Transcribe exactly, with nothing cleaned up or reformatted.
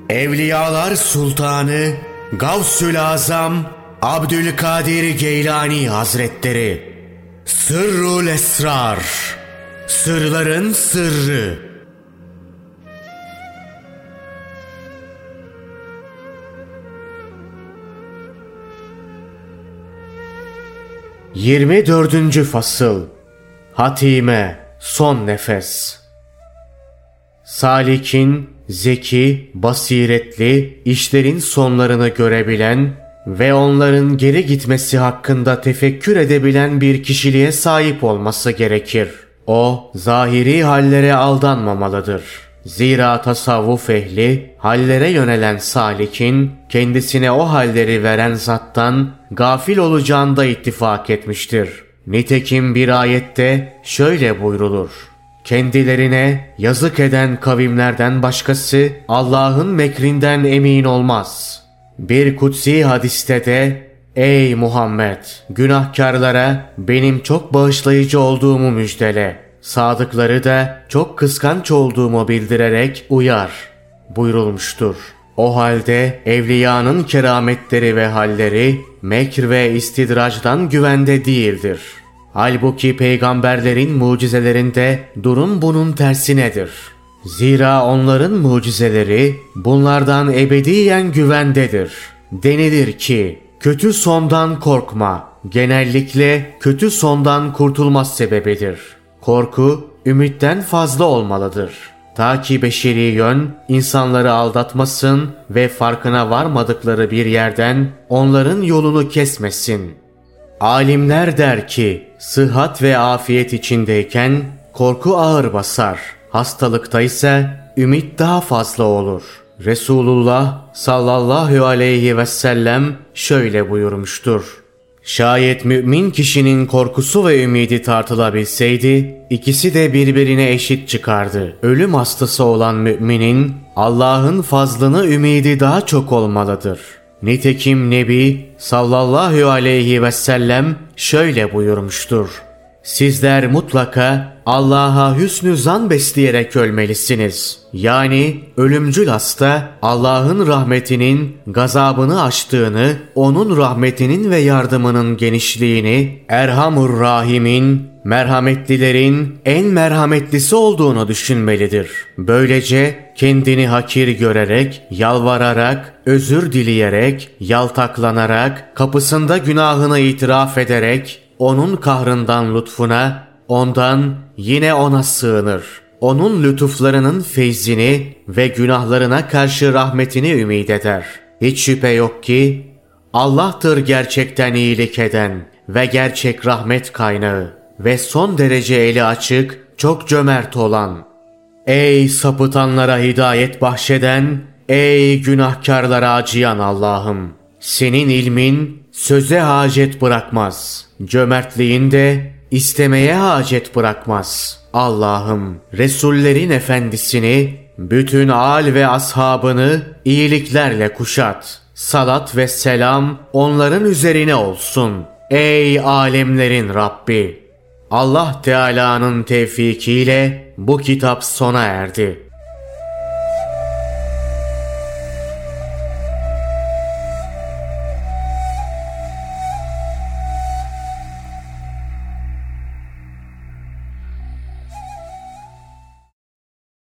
Evliyalar Sultanı Gavsül Azam Abdülkadir Geylani Hazretleri. Sırrul Esrar, sırların sırrı. Yirmi dördüncü Fasıl. Hatime, son nefes. Salikin, zeki, basiretli, işlerin sonlarını görebilen ve onların geri gitmesi hakkında tefekkür edebilen bir kişiliğe sahip olması gerekir. O, zahiri hallere aldanmamalıdır. Zira tasavvuf ehli, hallere yönelen salikin, kendisine o halleri veren zattan gafil olacağında ittifak etmiştir. Nitekim bir ayette şöyle buyrulur: kendilerine yazık eden kavimlerden başkası Allah'ın mekrinden emin olmaz. Bir kutsi hadiste de ey Muhammed, günahkarlara benim çok bağışlayıcı olduğumu müjdele, sadıkları da çok kıskanç olduğumu bildirerek uyar buyurulmuştur. O halde evliyanın kerametleri ve halleri mekr ve istidracdan güvende değildir. Halbuki peygamberlerin mucizelerinde durum bunun tersinedir. Zira onların mucizeleri bunlardan ebediyen güvendedir. Denilir ki kötü sondan korkma genellikle kötü sondan kurtulma sebebidir. Korku ümitten fazla olmalıdır. Ta ki beşeri yön insanları aldatmasın ve farkına varmadıkları bir yerden onların yolunu kesmesin. Alimler der ki sıhhat ve afiyet içindeyken korku ağır basar. Hastalıkta ise ümit daha fazla olur. Resulullah sallallahu aleyhi ve sellem şöyle buyurmuştur: şayet mümin kişinin korkusu ve ümidi tartılabilseydi, ikisi de birbirine eşit çıkardı. Ölüm hastası olan müminin Allah'ın fazlını ümidi daha çok olmalıdır. Nitekim Nebi sallallahu aleyhi ve sellem şöyle buyurmuştur: sizler mutlaka Allah'a hüsnü zan besleyerek ölmelisiniz. Yani ölümcül hasta Allah'ın rahmetinin gazabını aştığını, onun rahmetinin ve yardımının genişliğini, Erhamur Rahim'in, merhametlilerin en merhametlisi olduğunu düşünmelidir. Böylece kendini hakir görerek, yalvararak, özür dileyerek, yaltaklanarak, kapısında günahını itiraf ederek, onun kahrından lütfuna, ondan yine ona sığınır. Onun lütuflarının feyzini ve günahlarına karşı rahmetini ümit eder. Hiç şüphe yok ki Allah'tır gerçekten iyilik eden ve gerçek rahmet kaynağı ve son derece eli açık, çok cömert olan. Ey sapıtanlara hidayet bahşeden, ey günahkarlara acıyan Allah'ım! Senin ilmin söze hacet bırakmaz. Cömertliğin de istemeye hacet bırakmaz. Allah'ım, Resullerin efendisini, bütün âl ve ashabını iyiliklerle kuşat. Salat ve selam onların üzerine olsun. Ey alemlerin Rabbi! Allah Teala'nın tevfikiyle bu kitap sona erdi.